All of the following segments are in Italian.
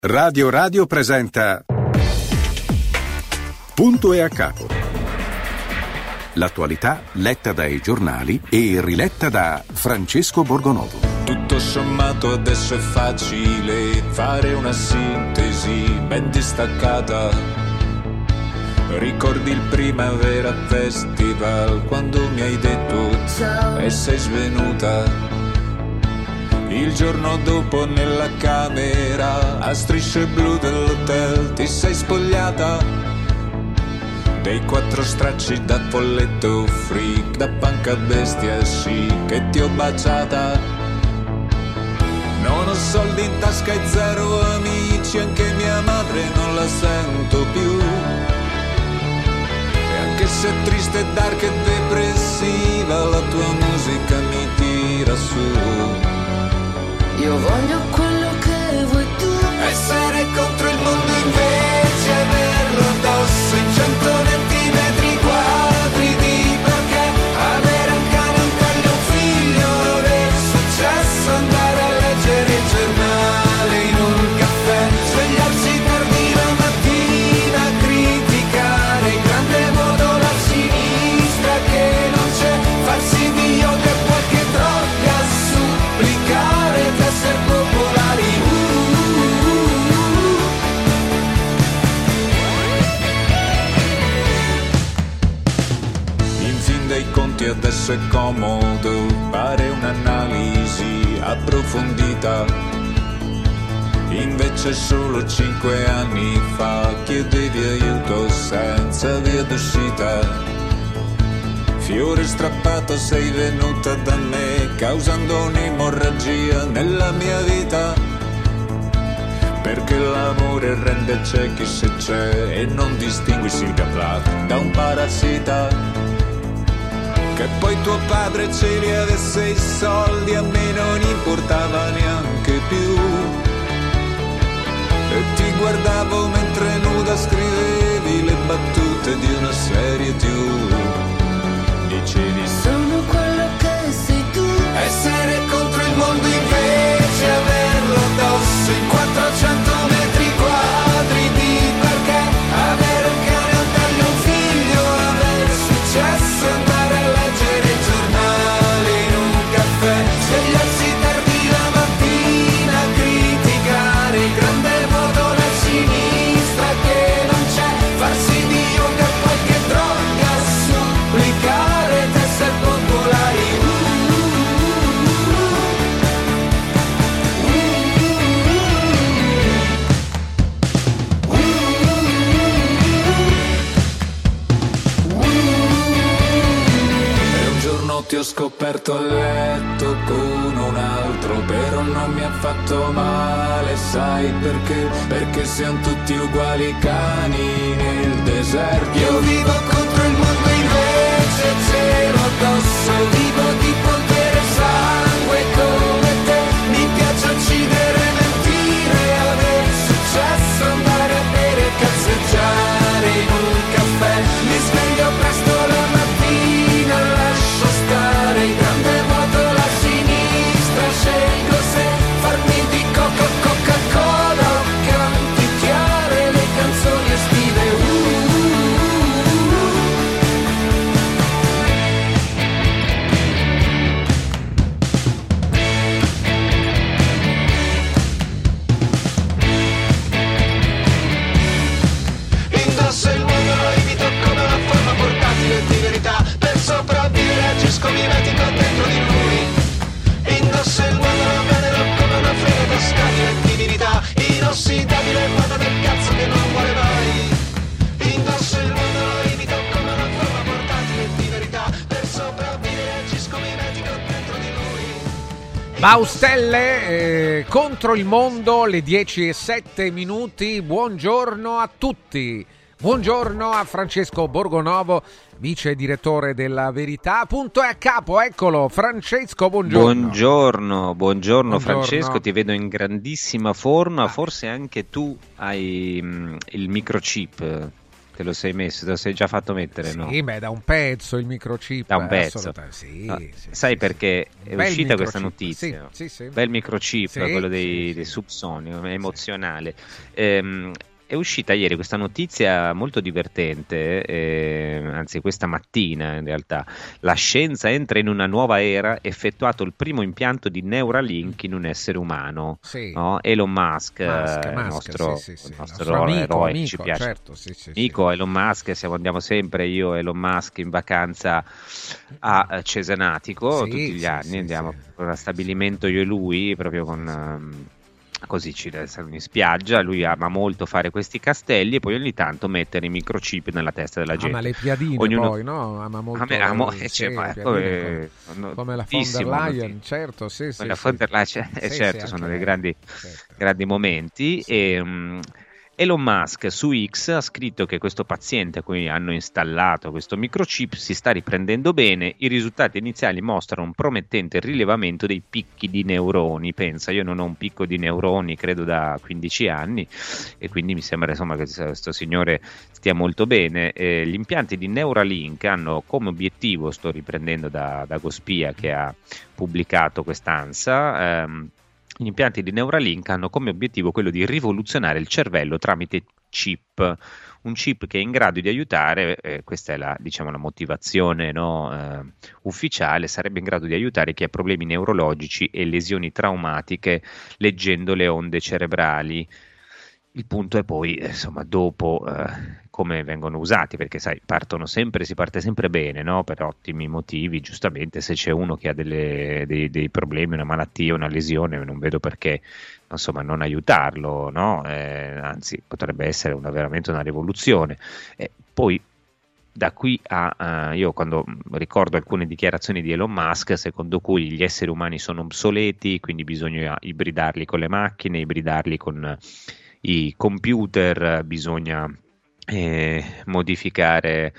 Radio Radio presenta Punto e a capo. L'attualità letta dai giornali e riletta da Francesco Borgonovo. Tutto sommato adesso è facile fare una sintesi ben distaccata. Ricordi il Primavera Festival quando mi hai detto ciao e sei svenuta? Il giorno dopo nella camera a strisce blu dell'hotel ti sei spogliata dei 4 stracci da folletto freak, da panca bestia sì che ti ho baciata. Non ho soldi in tasca e 0 amici, anche mia madre non la sento più. E anche se è triste, dark e depressiva, la tua musica mi tira su. Io voglio quello che vuoi tu. Essere contro il mondo invece averlo addosso in 120 metri quadri di perché avere un cane, un taglio, un figlio, aver successo, andare a leggere il giornale in un caffè, svegliarsi tardi la mattina, criticare il grande modo la sinistra che non c'è, farsi di yoga e qualche droga, supplicare di essere popolari. In fin dei conti adesso è comodo fare un'analisi approfondita. Invece solo 5 anni fa chiedevi aiuto senza via d'uscita. Fiore strappato sei venuta da me, causando un'emorragia nella mia vita. Perché l'amore rende ciechi se c'è e non distingui Silvia Plath da un parassita. Che poi tuo padre ce li avesse i soldi, a me non importava neanche più. E ti guardavo mentre nuda scrivevi le battute di una serie TV. Dicevi Sono quello che sei tu. essere contro il mondo invece averlo addosso in 400 metri quadri di perché avere un cane, un taglio, un figlio, avere successo, andare a leggere il giornale in un caffè, svegliarsi tardi la mattina, criticare il grande modo la sinistra che non c'è, farsi di yoga e qualche droga, supplicare di essere popolari. E un giorno ti ho scoperto a letto con un altro, però non mi ha fatto male, sai perché? Perché siamo tutti uguali cani nel deserto. Io vivo contro il mondo invece ce l'ho addosso, vivo di polvere e sangue come te. Mi piace uccidere, mentire, avere successo, andare a bere e cazzeggiare in un caffè. Mi sveglio presto la mattina, lascio stare il grande modo la sinistra, scelgo se farmi di Coca-Cola o canticchiare le canzoni estive. Indosso il mondo, lo imito come una forma portatile di verità. Per sopravvivere agisco mimetico dentro di lui. Indosso il mondo, lo venero come una frega tascabile divinità. Inossidabile pata del cazzo che non vuole mai. Indosso il mondo, lo imito come una forma portatile di verità. Per sopravvivere agisco mimetico dentro di lui. Baustelle contro il mondo, le 10:07. Buongiorno a tutti. Buongiorno a Francesco Borgonovo, vice direttore della Verità. Punto e a capo, eccolo. Francesco, buongiorno. Buongiorno Francesco, ti vedo in grandissima forma. Forse anche tu hai il microchip. che lo sei messo, te lo sei già fatto mettere, sì, no? Beh, da un pezzo il microchip. Da un pezzo. Sì, No, sì, sai sì, perché sì. è Bel uscita questa microchip. notizia? Sì. Bel microchip, Sì, quello sì. dei subsonico, emozionale. Sì. È uscita ieri questa notizia molto divertente, anzi questa mattina in realtà. La scienza entra in una nuova era, effettuato il primo impianto di Neuralink in un essere umano. Sì. No? Elon Musk, il Nostro nostro eroe, ci amico, piace. certo, sì. Amico Elon Musk, andiamo sempre io e Elon Musk in vacanza a Cesenatico tutti gli anni, andiamo con uno stabilimento io e lui, proprio con così ci siamo in spiaggia, lui ama molto fare questi castelli e poi ogni tanto mettere i microchip nella testa della gente. Ama le piadine poi, no? Ama molto come la von der Leyen, certo, sì. La von der Leyen, certo, sono dei grandi momenti. Elon Musk su X ha scritto che questo paziente a cui hanno installato questo microchip si sta riprendendo bene, i risultati iniziali mostrano un promettente rilevamento dei picchi di neuroni. Pensa, io non ho un picco di neuroni credo da 15 anni e quindi mi sembra insomma che questo signore stia molto bene. Gli impianti di Neuralink hanno come obiettivo, sto riprendendo da Gospia che ha pubblicato quest'ANSA, gli impianti di Neuralink hanno come obiettivo quello di rivoluzionare il cervello tramite chip, un chip che è in grado di aiutare, questa è la motivazione ufficiale, sarebbe in grado di aiutare chi ha problemi neurologici e lesioni traumatiche leggendo le onde cerebrali. Il punto è poi, dopo come vengono usati, perché sai, si parte sempre bene, no? Per ottimi motivi, giustamente, se c'è uno che ha dei problemi, una malattia, una lesione, non vedo perché, non aiutarlo, no? Anzi, potrebbe essere veramente una rivoluzione. Poi, da qui io quando ricordo alcune dichiarazioni di Elon Musk, secondo cui gli esseri umani sono obsoleti, quindi bisogna ibridarli con le macchine, ibridarli con i computer, bisogna modificare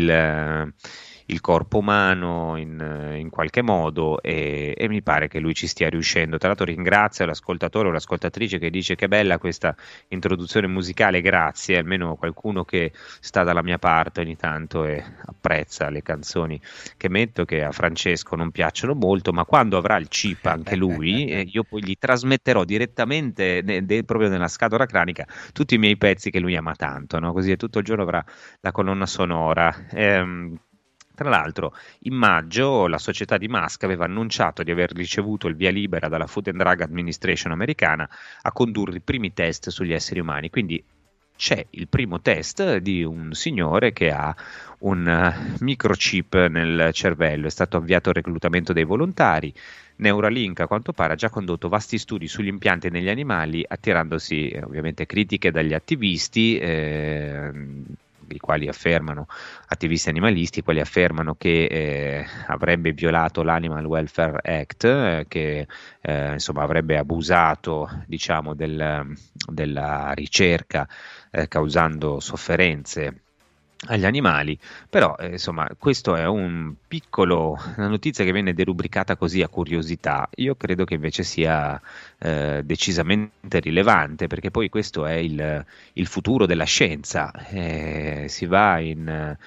il corpo umano in qualche modo e mi pare che lui ci stia riuscendo. Tra l'altro ringrazio l'ascoltatore o l'ascoltatrice che dice che bella questa introduzione musicale, grazie, almeno qualcuno che sta dalla mia parte ogni tanto e apprezza le canzoni che metto, che a Francesco non piacciono molto, ma quando avrà il chip anche lui io poi gli trasmetterò direttamente proprio nella scatola cranica tutti i miei pezzi che lui ama tanto, no? Così tutto il giorno avrà la colonna sonora. Tra l'altro, in maggio la società di Musk aveva annunciato di aver ricevuto il via libera dalla Food and Drug Administration americana a condurre i primi test sugli esseri umani. Quindi c'è il primo test di un signore che ha un microchip nel cervello, è stato avviato il reclutamento dei volontari. Neuralink a quanto pare ha già condotto vasti studi sugli impianti negli animali, attirandosi ovviamente critiche dagli attivisti, i quali affermano, attivisti animalisti, quali affermano che avrebbe violato l'Animal Welfare Act, che avrebbe abusato della ricerca causando sofferenze agli animali. Però questo è una notizia che viene derubricata così a curiosità. Io credo che invece sia decisamente rilevante, perché poi questo è il futuro della scienza. Si va in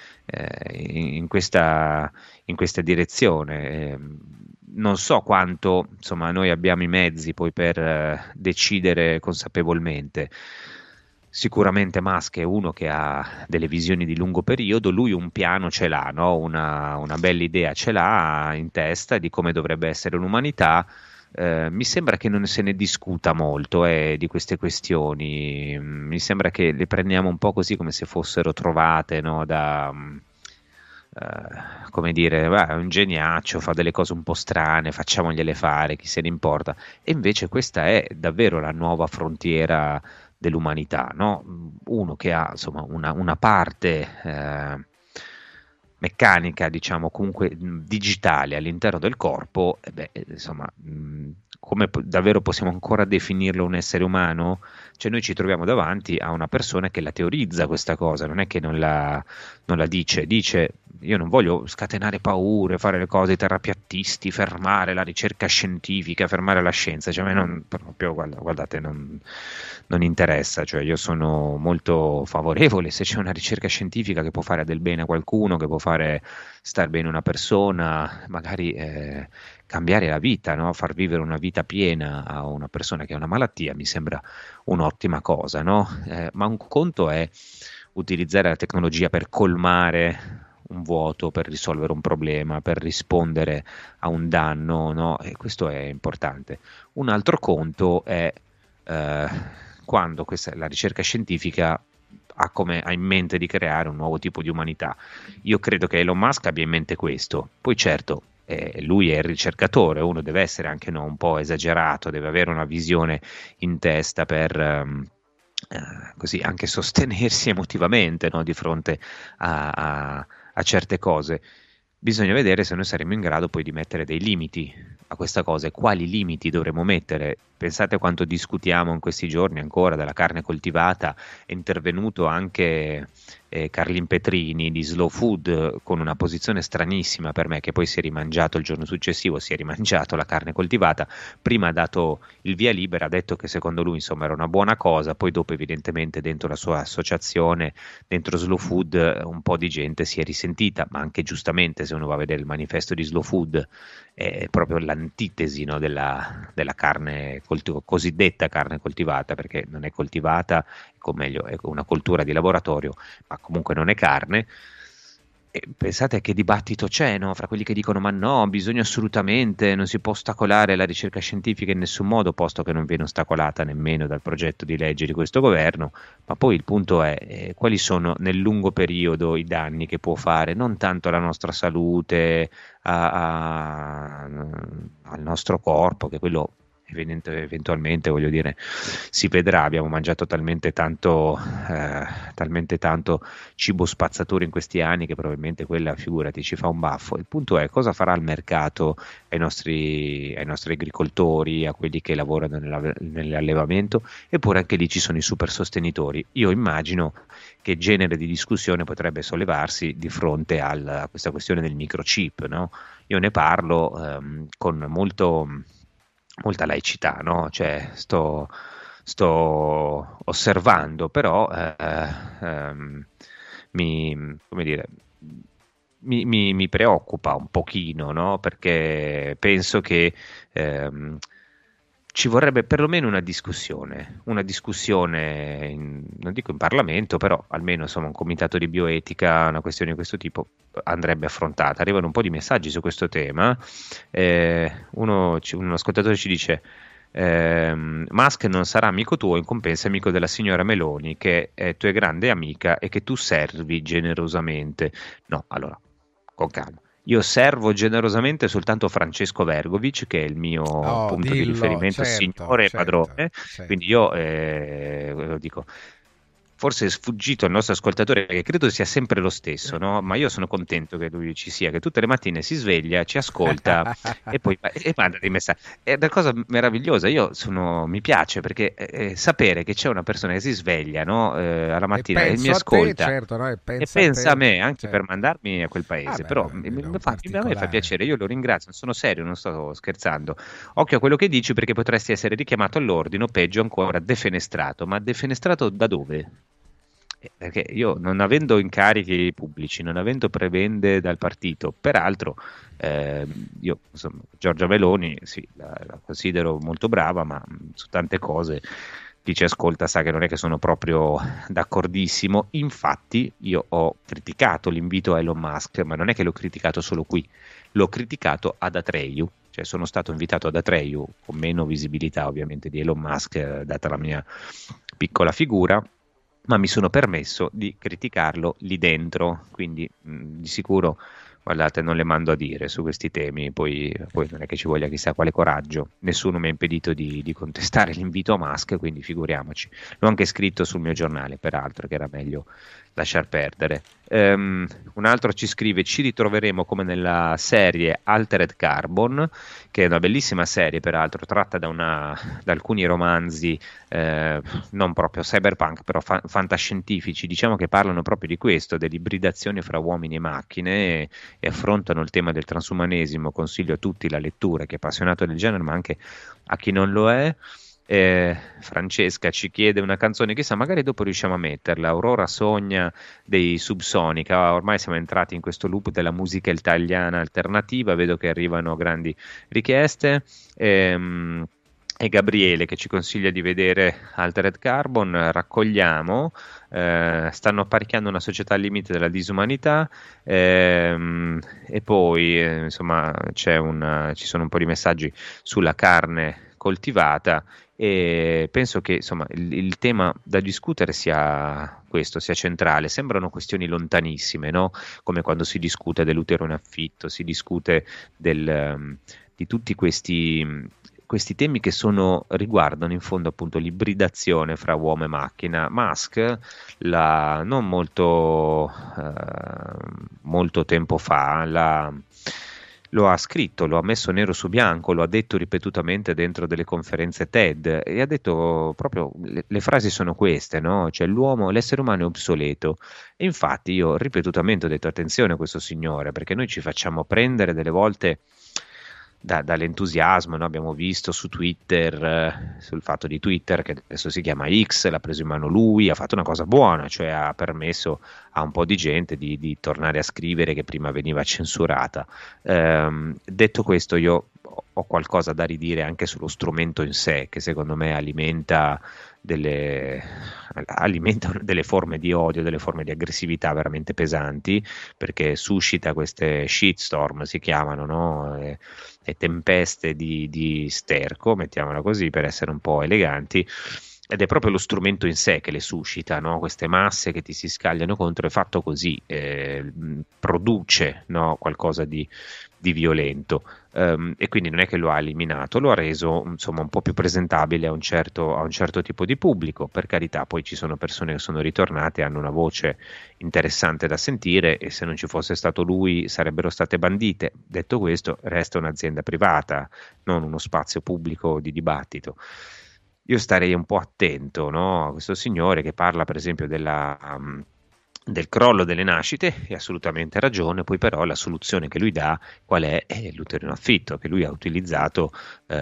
questa direzione. Non so quanto noi abbiamo i mezzi poi per decidere consapevolmente. Sicuramente Musk è uno che ha delle visioni di lungo periodo, lui un piano ce l'ha, no? Una bella idea ce l'ha in testa di come dovrebbe essere l'umanità. Mi sembra che non se ne discuta molto di queste questioni, mi sembra che le prendiamo un po' così come se fossero trovate, no? Come dire, è un geniaccio, fa delle cose un po' strane, facciamogliele fare, chi se ne importa. E invece questa è davvero la nuova frontiera dell'umanità, no? Uno che ha una parte meccanica, comunque digitale all'interno del corpo, come davvero possiamo ancora definirlo un essere umano? Cioè noi ci troviamo davanti a una persona che la teorizza questa cosa, non è che non la dice, io non voglio scatenare paure, fare le cose terrapiattisti, fermare la ricerca scientifica, fermare la scienza, cioè a me non, proprio, guardate, non interessa, cioè io sono molto favorevole se c'è una ricerca scientifica che può fare del bene a qualcuno, che può fare star bene una persona, magari cambiare la vita, no? Far vivere una vita piena a una persona che ha una malattia mi sembra un'ottima cosa, no? Ma un conto è utilizzare la tecnologia per colmare un vuoto, per risolvere un problema, per rispondere a un danno, no? E questo è importante. Un altro conto è quando la ricerca scientifica ha in mente di creare un nuovo tipo di umanità. Io credo che Elon Musk abbia in mente questo. Poi certo, lui è il ricercatore, uno deve essere anche un po' esagerato, deve avere una visione in testa per così anche sostenersi emotivamente, no, di fronte a certe cose. Bisogna vedere se noi saremo in grado poi di mettere dei limiti a questa cosa e quali limiti dovremo mettere. Pensate quanto discutiamo in questi giorni ancora della carne coltivata. È intervenuto anche Carlin Petrini di Slow Food con una posizione stranissima per me, che poi si è rimangiato il giorno successivo, si è rimangiato la carne coltivata. Prima ha dato il via libera, ha detto che secondo lui insomma era una buona cosa, poi dopo evidentemente dentro la sua associazione, dentro Slow Food, un po' di gente si è risentita, ma anche giustamente, se uno va a vedere il manifesto di Slow Food è proprio l'antitesi, no, della carne cosiddetta carne coltivata, perché non è coltivata, o meglio è una coltura di laboratorio, ma comunque non è carne. E pensate a che dibattito c'è, no? Fra quelli che dicono ma no, bisogna assolutamente, non si può ostacolare la ricerca scientifica in nessun modo, posto che non viene ostacolata nemmeno dal progetto di legge di questo governo. Ma poi il punto è quali sono nel lungo periodo i danni che può fare non tanto alla nostra salute, al nostro corpo, che quello eventualmente, voglio dire, si vedrà. Abbiamo mangiato talmente tanto cibo spazzatura in questi anni che probabilmente quella, figurati, ci fa un baffo. Il punto è cosa farà il mercato ai nostri agricoltori, a quelli che lavorano nell'allevamento, eppure anche lì ci sono i super sostenitori. Io immagino che genere di discussione potrebbe sollevarsi di fronte a questa questione del microchip, no? Io ne parlo con molta laicità, no? Cioè sto osservando, però mi preoccupa un pochino, no? Perché penso che ci vorrebbe perlomeno una discussione non dico in Parlamento, però almeno insomma un comitato di bioetica, una questione di questo tipo andrebbe affrontata. Arrivano un po' di messaggi su questo tema. Un ascoltatore ci dice Musk non sarà amico tuo, in compenso è amico della signora Meloni, che è tua grande amica e che tu servi generosamente. No, allora, con calma. Io servo generosamente soltanto Francesco Vergovic, che è il mio punto di riferimento, certo, signore e certo, padrone. certo. Quindi io lo dico. Forse è sfuggito al nostro ascoltatore, che credo sia sempre lo stesso, no? Ma io sono contento che lui ci sia, che tutte le mattine si sveglia, ci ascolta e poi manda dei messaggi. È una cosa meravigliosa. Mi piace perché sapere che c'è una persona che si sveglia, no? Alla mattina e mi ascolta certo, no? E pensa a me anche certo. per mandarmi a quel paese. Però a me fa piacere, io lo ringrazio, sono serio, non sto scherzando. Occhio a quello che dici, perché potresti essere richiamato all'ordine o peggio ancora defenestrato. Ma defenestrato da dove? Perché io, non avendo incarichi pubblici, non avendo prebende dal partito, peraltro io insomma, Giorgia Meloni sì, la considero molto brava, ma su tante cose chi ci ascolta sa che non è che sono proprio d'accordissimo. Infatti io ho criticato l'invito a Elon Musk, ma non è che l'ho criticato solo qui, l'ho criticato ad Atreju. Cioè sono stato invitato ad Atreju, con meno visibilità ovviamente di Elon Musk, data la mia piccola figura, ma mi sono permesso di criticarlo lì dentro, quindi di sicuro guardate, non le mando a dire su questi temi, poi non è che ci voglia chissà quale coraggio, nessuno mi ha impedito di contestare l'invito a Musk, quindi figuriamoci. L'ho anche scritto sul mio giornale, peraltro, che era meglio lasciar perdere. Un altro ci scrive: ci ritroveremo come nella serie Altered Carbon, che è una bellissima serie peraltro, tratta da alcuni romanzi non proprio cyberpunk, però fantascientifici, diciamo, che parlano proprio di questo, dell'ibridazione fra uomini e macchine, e affrontano il tema del transumanesimo. Consiglio a tutti la lettura, chi è appassionato del genere, ma anche a chi non lo è. Francesca ci chiede una canzone, chissà, magari dopo riusciamo a metterla. Aurora Sogna dei Subsonica. Ormai siamo entrati in questo loop della musica italiana alternativa, vedo che arrivano grandi richieste. E Gabriele che ci consiglia di vedere Altered Carbon. Raccogliamo, stanno apparecchiando una società al limite della disumanità, e poi insomma ci sono un po' di messaggi sulla carne coltivata, e penso che insomma il tema da discutere sia questo, sia centrale. Sembrano questioni lontanissime, no? Come quando si discute dell'utero in affitto, si discute di tutti questi temi che riguardano in fondo appunto l'ibridazione fra uomo e macchina. Musk non molto tempo fa lo ha scritto, lo ha messo nero su bianco, lo ha detto ripetutamente dentro delle conferenze TED, e ha detto proprio, le frasi sono queste, no? Cioè l'essere umano è obsoleto. E infatti io ripetutamente ho detto attenzione a questo signore, perché noi ci facciamo prendere delle volte dall'entusiasmo, no? Abbiamo visto su Twitter, sul fatto di Twitter che adesso si chiama X, l'ha preso in mano lui, ha fatto una cosa buona, cioè ha permesso a un po' di gente di tornare a scrivere che prima veniva censurata. Detto questo, io ho qualcosa da ridire anche sullo strumento in sé, che secondo me alimenta delle forme di odio, delle forme di aggressività veramente pesanti, perché suscita queste shitstorm, si chiamano, no? E tempeste di sterco, mettiamola così per essere un po' eleganti, ed è proprio lo strumento in sé che le suscita, no? Queste masse che ti si scagliano contro, è fatto così, produce, no? Qualcosa di violento, e quindi non è che lo ha eliminato, lo ha reso insomma un po' più presentabile a un certo tipo di pubblico. Per carità, poi ci sono persone che sono ritornate e hanno una voce interessante da sentire, e se non ci fosse stato lui sarebbero state bandite. Detto questo, resta un'azienda privata, non uno spazio pubblico di dibattito. Io starei un po' attento, no, a questo signore che parla per esempio del crollo delle nascite, e assolutamente ragione. Poi però la soluzione che lui dà qual è? È l'utero in affitto, che lui ha utilizzato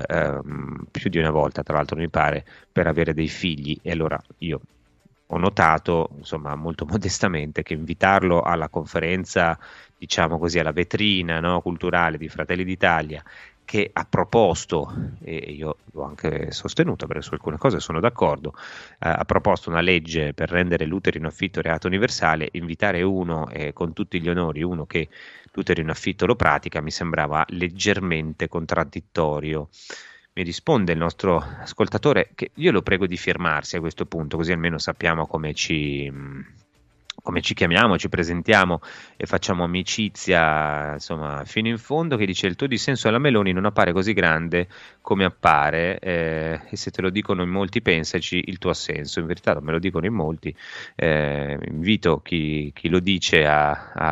più di una volta, tra l'altro mi pare, per avere dei figli. E allora io ho notato, insomma, molto modestamente, che invitarlo alla conferenza, diciamo così, alla vetrina, no, culturale di Fratelli d'Italia, che ha proposto, e io l'ho anche sostenuto perché su alcune cose sono d'accordo, ha proposto una legge per rendere l'utero in affitto reato universale. Invitare uno, con tutti gli onori, uno che l'utero in affitto lo pratica, mi sembrava leggermente contraddittorio. Mi risponde il nostro ascoltatore, che io lo prego di firmarsi a questo punto, così almeno sappiamo come ci chiamiamo, ci presentiamo e facciamo amicizia, insomma, fino in fondo, che dice: il tuo dissenso alla Meloni non appare così grande come appare, e se te lo dicono in molti, pensaci il tuo assenso. In verità non me lo dicono in molti, invito chi lo dice a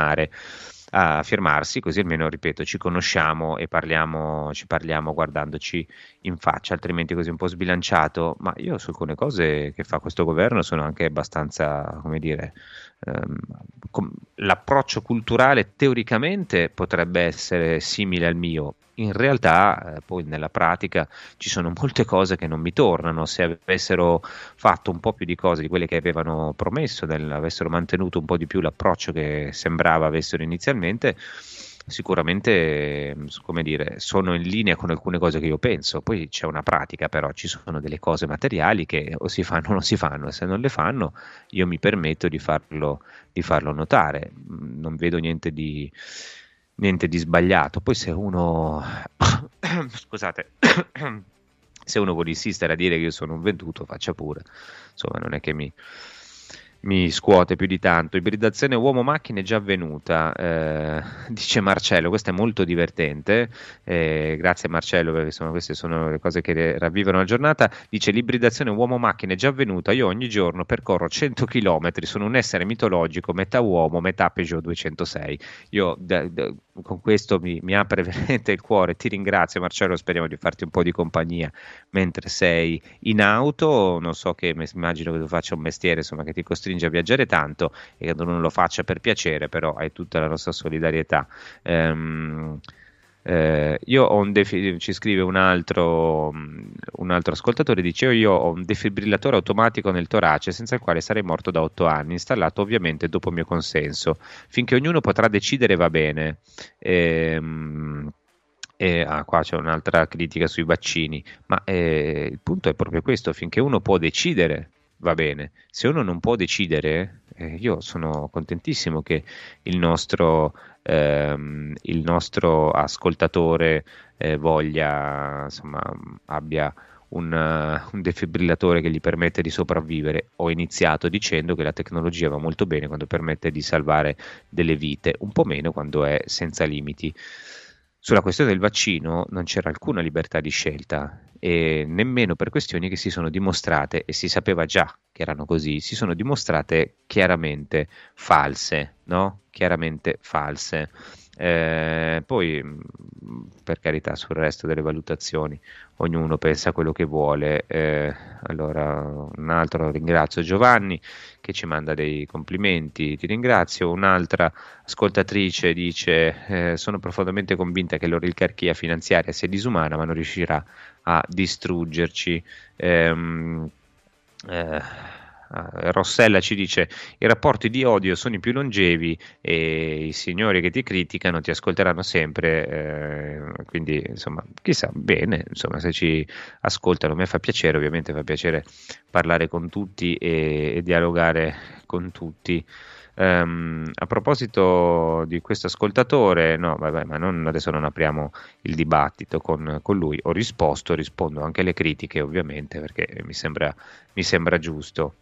firmarsi, così almeno, ripeto, ci conosciamo e ci parliamo guardandoci in faccia, altrimenti così un po' sbilanciato. Ma io su alcune cose che fa questo governo sono anche abbastanza, come dire, l'approccio culturale teoricamente potrebbe essere simile al mio. In realtà poi nella pratica ci sono molte cose che non mi tornano. Se avessero fatto un po' più di cose di quelle che avevano promesso, avessero mantenuto un po' di più l'approccio che sembrava avessero inizialmente, sicuramente, come dire, sono in linea con alcune cose che io penso. Poi c'è una pratica, però ci sono delle cose materiali che o si fanno o non si fanno, e se non le fanno io mi permetto di farlo notare. Non vedo niente di sbagliato. Poi se uno scusate se uno vuole insistere a dire che io sono un venduto, faccia pure, insomma, non è che mi mi scuote più di tanto. Ibridazione uomo-macchina è già avvenuta, dice Marcello. Questo è molto divertente, grazie Marcello, perché insomma queste sono le cose che ravvivano la giornata. Dice: l'ibridazione uomo-macchina è già avvenuta, io ogni giorno percorro 100 km, sono un essere mitologico, metà uomo, metà Peugeot 206. Io con questo mi apre veramente il cuore, ti ringrazio Marcello, speriamo di farti un po' di compagnia mentre sei in auto. Non so, che immagino che tu faccia un mestiere insomma che ti costringe a viaggiare tanto e che non lo faccia per piacere, però hai tutta la nostra solidarietà. Io ho ci scrive un altro ascoltatore, dice: io ho un defibrillatore automatico nel torace senza il quale sarei morto da 8 anni, installato ovviamente dopo mio consenso. Finché ognuno potrà decidere va bene. Qua c'è un'altra critica sui vaccini, ma il punto è proprio questo: finché uno può decidere va bene. Se uno non può decidere, io sono contentissimo che il nostro ascoltatore voglia, insomma, abbia un defibrillatore che gli permette di sopravvivere. Ho iniziato dicendo che la tecnologia va molto bene quando permette di salvare delle vite, un po' meno quando è senza limiti. Sulla questione del vaccino non c'era alcuna libertà di scelta, e nemmeno per questioni che si sono dimostrate, e si sapeva già che erano così, si sono dimostrate chiaramente false, no? Chiaramente false. Poi, per carità, sul resto delle valutazioni ognuno pensa quello che vuole. Allora, un altro ringrazio Giovanni che ci manda dei complimenti, ti ringrazio. Un'altra ascoltatrice dice: sono profondamente convinta che l'oligarchia finanziaria sia disumana ma non riuscirà a distruggerci. Rossella ci dice: i rapporti di odio sono i più longevi e i signori che ti criticano ti ascolteranno sempre, quindi insomma chissà, bene, insomma, se ci ascoltano a me fa piacere, ovviamente fa piacere parlare con tutti e dialogare con tutti. A proposito di questo ascoltatore, no, vabbè, ma adesso non apriamo il dibattito con lui. Rispondo anche alle critiche, ovviamente, perché mi sembra giusto.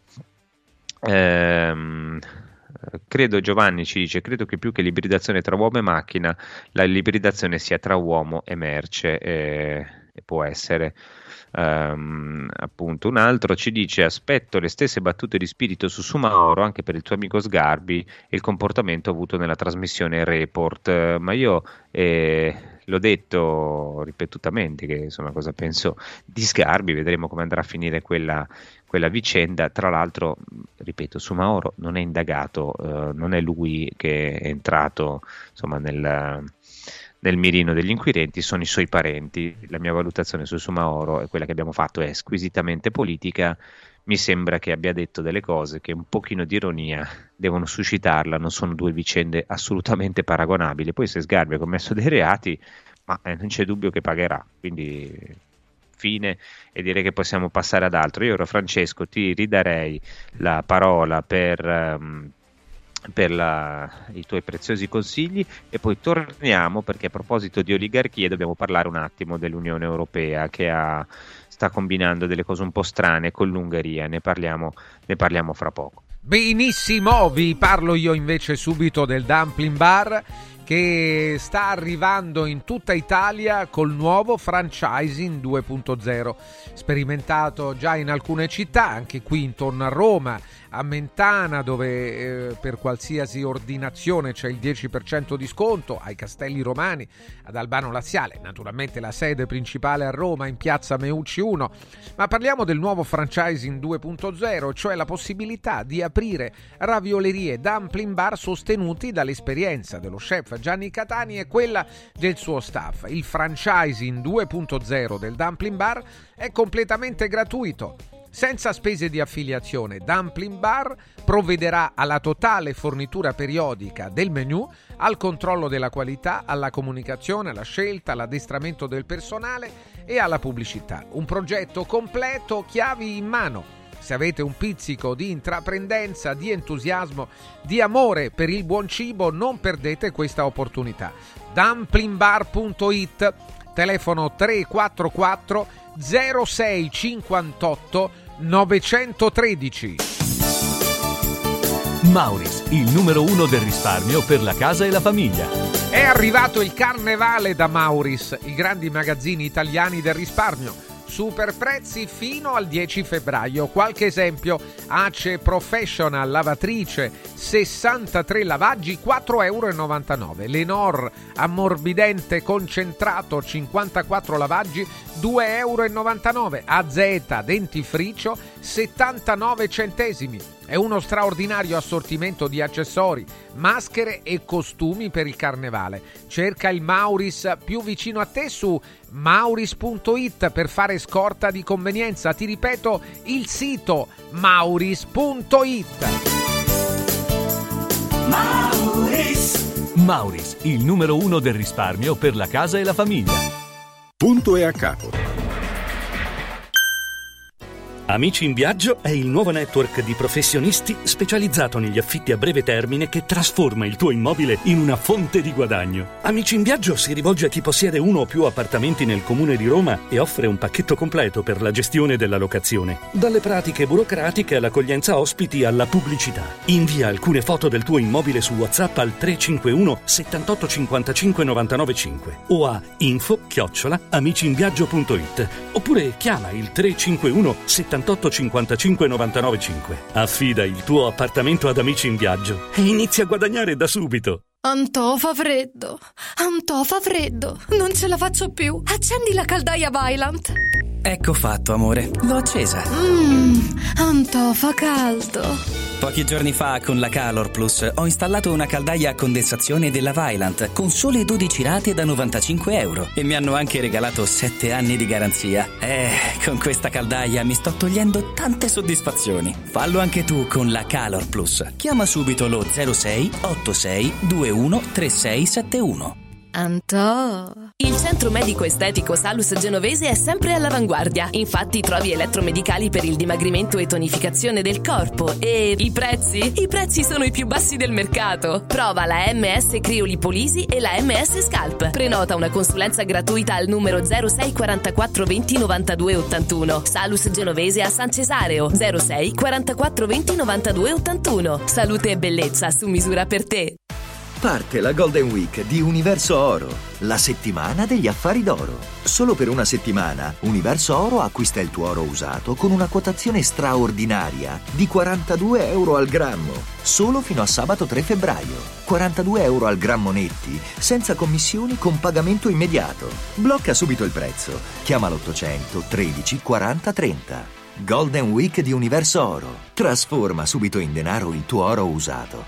Credo, Giovanni ci dice: credo che più che l'ibridazione tra uomo e macchina, l'ibridazione sia tra uomo e merce, e può essere. Appunto, un altro ci dice: aspetto le stesse battute di spirito su Soumahoro anche per il tuo amico Sgarbi e il comportamento avuto nella trasmissione Report, ma io l'ho detto ripetutamente che insomma cosa penso di Sgarbi, vedremo come andrà a finire quella vicenda. Tra l'altro, ripeto, Soumahoro non è indagato, non è lui che è entrato insomma nel mirino degli inquirenti, sono i suoi parenti. La mia valutazione su Soumahoro e quella che abbiamo fatto è squisitamente politica. Mi sembra che abbia detto delle cose che un pochino di ironia devono suscitarla, non sono due vicende assolutamente paragonabili. Poi se Sgarbi ha commesso dei reati, ma non c'è dubbio che pagherà, quindi fine, e direi che possiamo passare ad altro. Io ora, Francesco, ti ridarei la parola per i tuoi preziosi consigli e poi torniamo, perché a proposito di oligarchie dobbiamo parlare un attimo dell'Unione Europea che sta combinando delle cose un po' strane con l'Ungheria. Ne parliamo fra poco. Benissimo, vi parlo io invece subito del Dumpling Bar che sta arrivando in tutta Italia col nuovo franchising 2.0, sperimentato già in alcune città, anche qui intorno a Roma, a Mentana, dove per qualsiasi ordinazione c'è il 10% di sconto, ai Castelli Romani, ad Albano Laziale, naturalmente la sede principale a Roma in piazza Meucci 1, ma parliamo del nuovo franchising 2.0, cioè la possibilità di aprire raviolerie dumpling bar sostenuti dall'esperienza dello chef Gianni Catani e quella del suo staff. Il franchising 2.0 del dumpling bar è completamente gratuito, senza spese di affiliazione. Dumpling Bar provvederà alla totale fornitura periodica del menù, al controllo della qualità, alla comunicazione, alla scelta, all'addestramento del personale e alla pubblicità. Un progetto completo, chiavi in mano. Se avete un pizzico di intraprendenza, di entusiasmo, di amore per il buon cibo, non perdete questa opportunità. Dumplingbar.it, telefono 344 0658 913. Mauris, il numero 1 del risparmio per la casa e la famiglia. È arrivato il carnevale da Mauris, i grandi magazzini italiani del risparmio. Super prezzi fino al 10 febbraio. Qualche esempio: Ace Professional lavatrice 63 lavaggi 4,99 €. Lenor ammorbidente concentrato 54 lavaggi 2,99 €. AZ dentifricio 79 centesimi. È uno straordinario assortimento di accessori, maschere e costumi per il carnevale. Cerca il Mauris più vicino a te su mauris.it per fare scorta di convenienza. Ti ripeto il sito mauris.it. Mauris, il numero 1 del risparmio per la casa e la famiglia. Punto e a capo. Amici in Viaggio è il nuovo network di professionisti specializzato negli affitti a breve termine che trasforma il tuo immobile in una fonte di guadagno. Amici in Viaggio si rivolge a chi possiede uno o più appartamenti nel comune di Roma e offre un pacchetto completo per la gestione della locazione. Dalle pratiche burocratiche all'accoglienza ospiti alla pubblicità. Invia alcune foto del tuo immobile su WhatsApp al 351 78 55 99 5 o a info@amiciinviaggio.it oppure chiama il 351 78 55 99 5. Affida il tuo appartamento ad Amici in Viaggio e inizia a guadagnare da subito. Antò fa freddo, non ce la faccio più. Accendi la caldaia Vaillant. Ecco fatto, amore, l'ho accesa. Antò fa caldo. Pochi giorni fa con la Calor Plus ho installato una caldaia a condensazione della Vaillant con sole 12 rate da 95 € e mi hanno anche regalato 7 anni di garanzia. Con questa caldaia mi sto togliendo tante soddisfazioni. Fallo anche tu con la Calor Plus. Chiama subito lo 06 86 21 3671. Antò. Il centro medico estetico Salus Genovese è sempre all'avanguardia. Infatti trovi elettromedicali per il dimagrimento e tonificazione del corpo. E i prezzi? I prezzi sono i più bassi del mercato. Prova la MS Criolipolisi e la MS Scalp. Prenota una consulenza gratuita al numero 06 44 20 92 81. Salus Genovese a San Cesareo 06 44 20 92 81. Salute e bellezza su misura per te. Parte la Golden Week di Universo Oro, la settimana degli affari d'oro. Solo per una settimana Universo Oro acquista il tuo oro usato con una quotazione straordinaria di 42 € al grammo, solo fino a sabato 3 febbraio. 42 € al grammo netti, senza commissioni, con pagamento immediato. Blocca subito il prezzo. Chiama l'800 13 40 30. Golden Week di Universo Oro. Trasforma subito in denaro il tuo oro usato.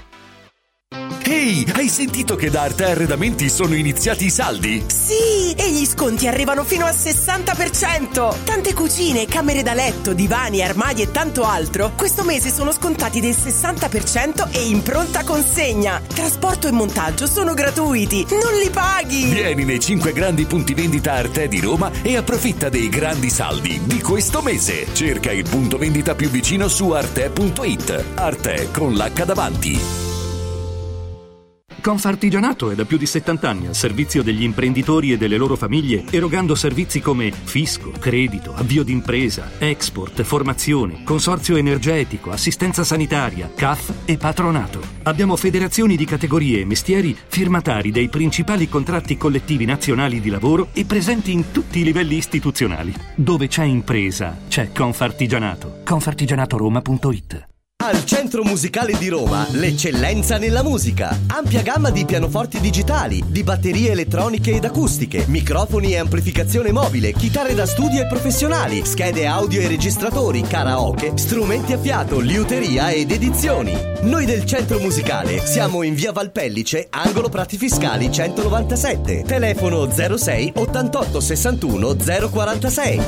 Ehi, hai sentito che da Arte Arredamenti sono iniziati i saldi? Sì, e gli sconti arrivano fino al 60%. Tante cucine, camere da letto, divani, armadi e tanto altro questo mese sono scontati del 60% e in pronta consegna. Trasporto e montaggio sono gratuiti, non li paghi. Vieni nei 5 grandi punti vendita Arte di Roma e approfitta dei grandi saldi di questo mese. Cerca il punto vendita più vicino su arte.it. Arte con l'H davanti. Confartigianato è da più di 70 anni al servizio degli imprenditori e delle loro famiglie, erogando servizi come fisco, credito, avvio d'impresa, export, formazione, consorzio energetico, assistenza sanitaria, CAF e patronato. Abbiamo federazioni di categorie e mestieri firmatari dei principali contratti collettivi nazionali di lavoro e presenti in tutti i livelli istituzionali. Dove c'è impresa, c'è Confartigianato. Confartigianatoroma.it. Al Centro Musicale di Roma, l'eccellenza nella musica. Ampia gamma di pianoforti digitali, di batterie elettroniche ed acustiche, microfoni e amplificazione mobile, chitarre da studio e professionali, schede audio e registratori, karaoke, strumenti a fiato, liuteria ed edizioni. Noi del Centro Musicale siamo in via Valpellice, angolo Prati Fiscali 197. Telefono 06 88 61 046.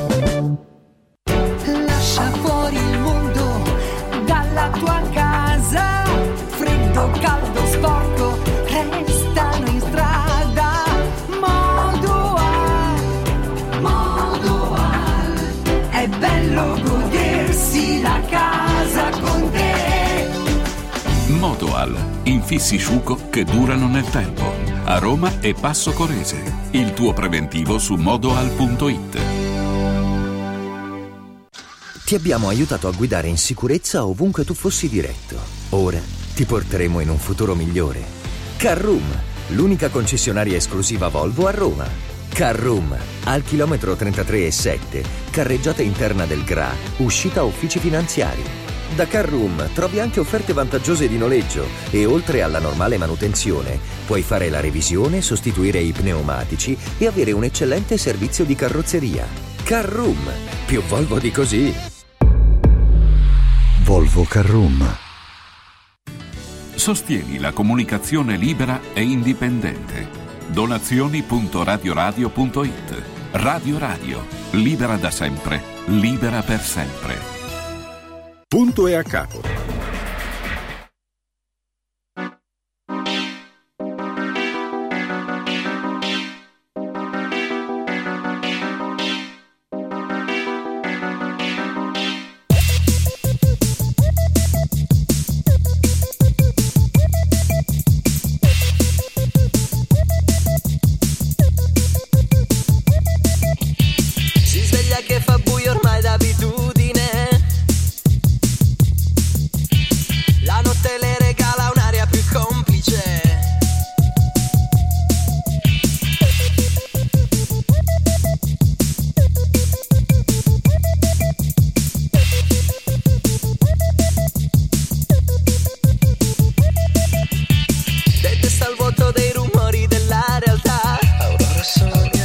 Lascia fuori il mondo dalla tua casa, freddo, caldo, sporco, restano in strada. Modoal, è bello godersi la casa con te. Modoal, infissi Sciuco che durano nel tempo. A Roma e Passo Corese. Il tuo preventivo su modoal.it. Ti abbiamo aiutato a guidare in sicurezza ovunque tu fossi diretto. Ora ti porteremo in un futuro migliore. Carroom, l'unica concessionaria esclusiva Volvo a Roma. Carroom, al chilometro 33,7, carreggiata interna del GRA, uscita uffici finanziari. Da Carroom trovi anche offerte vantaggiose di noleggio e oltre alla normale manutenzione puoi fare la revisione, sostituire i pneumatici e avere un eccellente servizio di carrozzeria. Carroom, più Volvo di così. Volvo Carroom. Sostieni la comunicazione libera e indipendente. Donazioni.radioradio.it. Radio Radio, libera da sempre, libera per sempre. Punto e a capo. Si sveglia che fa buio ormai d'abitudine. La notte le regala un'aria più complice. Detesta il vuoto dei rumori della realtà. Aurora sogna,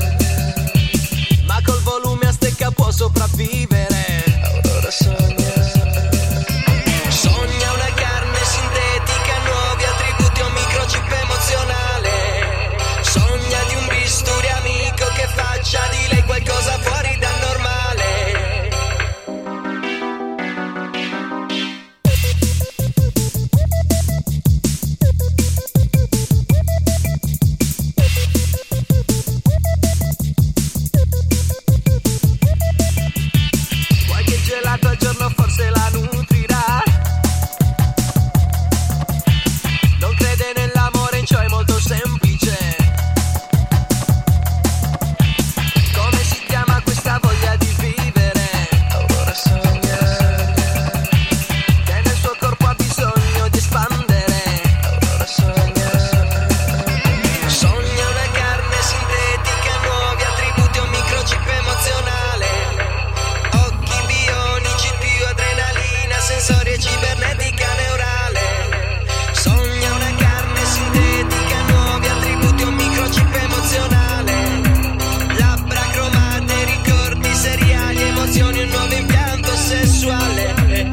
ma col volume a stecca può sopravvivere. Aurora sogna. Sogna una carne sintetica, nuovi attributi, un microchip emozionale. Sogna di un bisturi amico che faccia di lei qualcosa fuori dal normale. Qualche gelato al giorno forse la nutrirà. Non crede nell'amore, in ciò è molto semplice. Come si chiama questa voglia di vivere? Aurora sogna che nel suo corpo ha bisogno di espandere. Aurora sogna. Sogna una carne sintetica, nuovi attributi, un microchip emozionale. Occhi bionici, più adrenalina, sensori e cibernetica neurale. Sogna una carne sintetica, nuovi attributi, un microchip emozionale. Labbra cromate, ricordi seriali, emozioni, un nuovo impianto sessuale.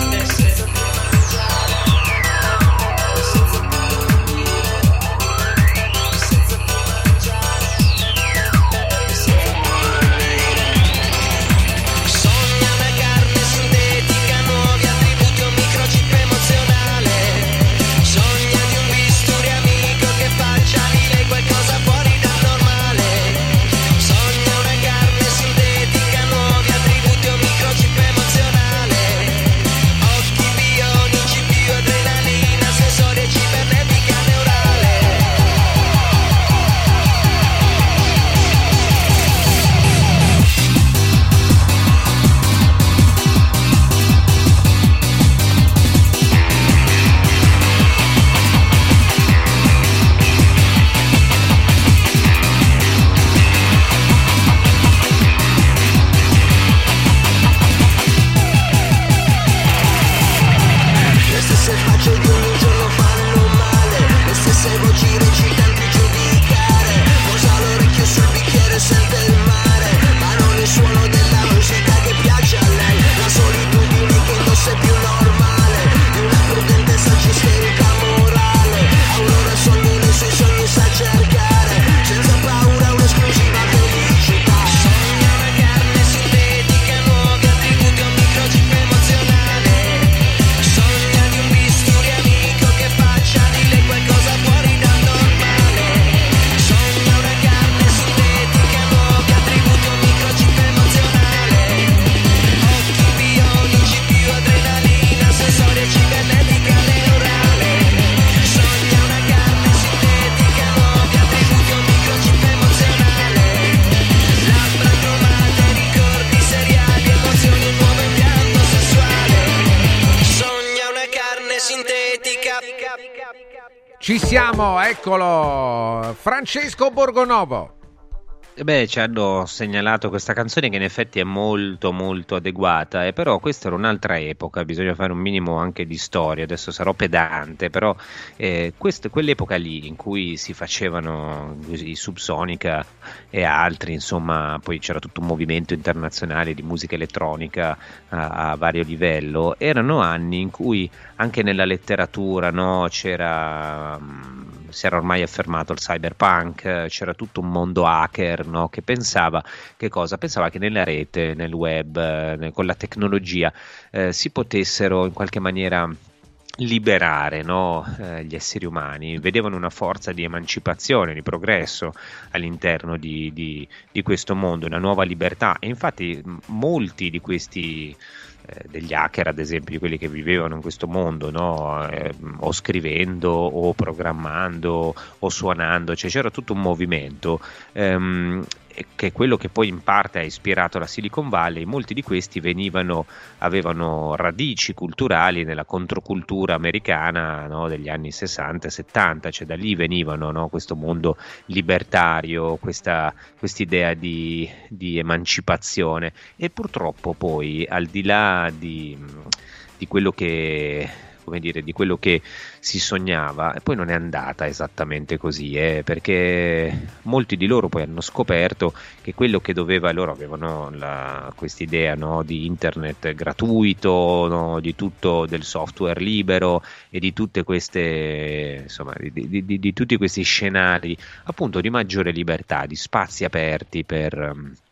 Sogna una carne sintetica, nuovi attributi, un microchip emozionale. Sogna di un bisturi amico che faccia di lei qualcosa fuori dal normale. Sogna una carne sintetica, nuovi attributi, un microchip emozionale. Occhi bionici, più adrenalina, sensori e cibernetica neurale. Le stesse facce di ogni giorno fanno male, le stesse voci recitanti giudicare. Posa l'orecchio sul bicchiere, sente il mare, ma non il suono della musica che piace a lei. La solitudine che indossa è più normale di una prudente saggista isterica morale. Aurora sogni, nei suoi sogni sa cercare, senza paura un'esclusiva felicità. Sogna una carne sintetica, nuovi attributi, un microchip emozionale. Sogna di un bisturi amico che faccia di lei qualcosa fuori dal normale. Sogna una carne sintetica, nuovi attributi, un microchip emozionale. Occhi bionici, più adrenalina, sensori e cibernetica neurale. Sogna una carne sintetica, nuovi attributi, un microchip emozionale. Labbra cromate, ricordi seriali, emozioni, un nuovo impianto sessuale. Sogna una carne sintetica, Ci siamo, eccolo, Francesco Borgonovo. Beh, ci hanno segnalato questa canzone che in effetti è molto molto adeguata, però questa era un'altra epoca, bisogna fare un minimo anche di storia, adesso sarò pedante, però quell'epoca lì in cui si facevano i Subsonica e altri, insomma, poi c'era tutto un movimento internazionale di musica elettronica a vario livello, erano anni in cui anche nella letteratura, no, si era ormai affermato il cyberpunk, c'era tutto un mondo hacker, no, che pensava che nella rete, nel web, con la tecnologia si potessero in qualche maniera liberare, no, gli esseri umani, vedevano una forza di emancipazione, di progresso all'interno di questo mondo, una nuova libertà, e infatti molti di questi degli hacker, ad esempio, di quelli che vivevano in questo mondo, no? O scrivendo o programmando o suonando, cioè c'era tutto un movimento che è quello che poi in parte ha ispirato la Silicon Valley. Molti di questi avevano radici culturali nella controcultura americana, no, degli anni 60 e 70, cioè da lì venivano, no, questo mondo libertario, quest'idea di emancipazione, e purtroppo poi, al di là di quello che, come dire, di quello che si sognava, e poi non è andata esattamente così, perché molti di loro poi hanno scoperto che quello che loro avevano quest'idea, no, di internet gratuito, no, di tutto, del software libero e di tutte queste, insomma, di tutti questi scenari appunto di maggiore libertà, di spazi aperti per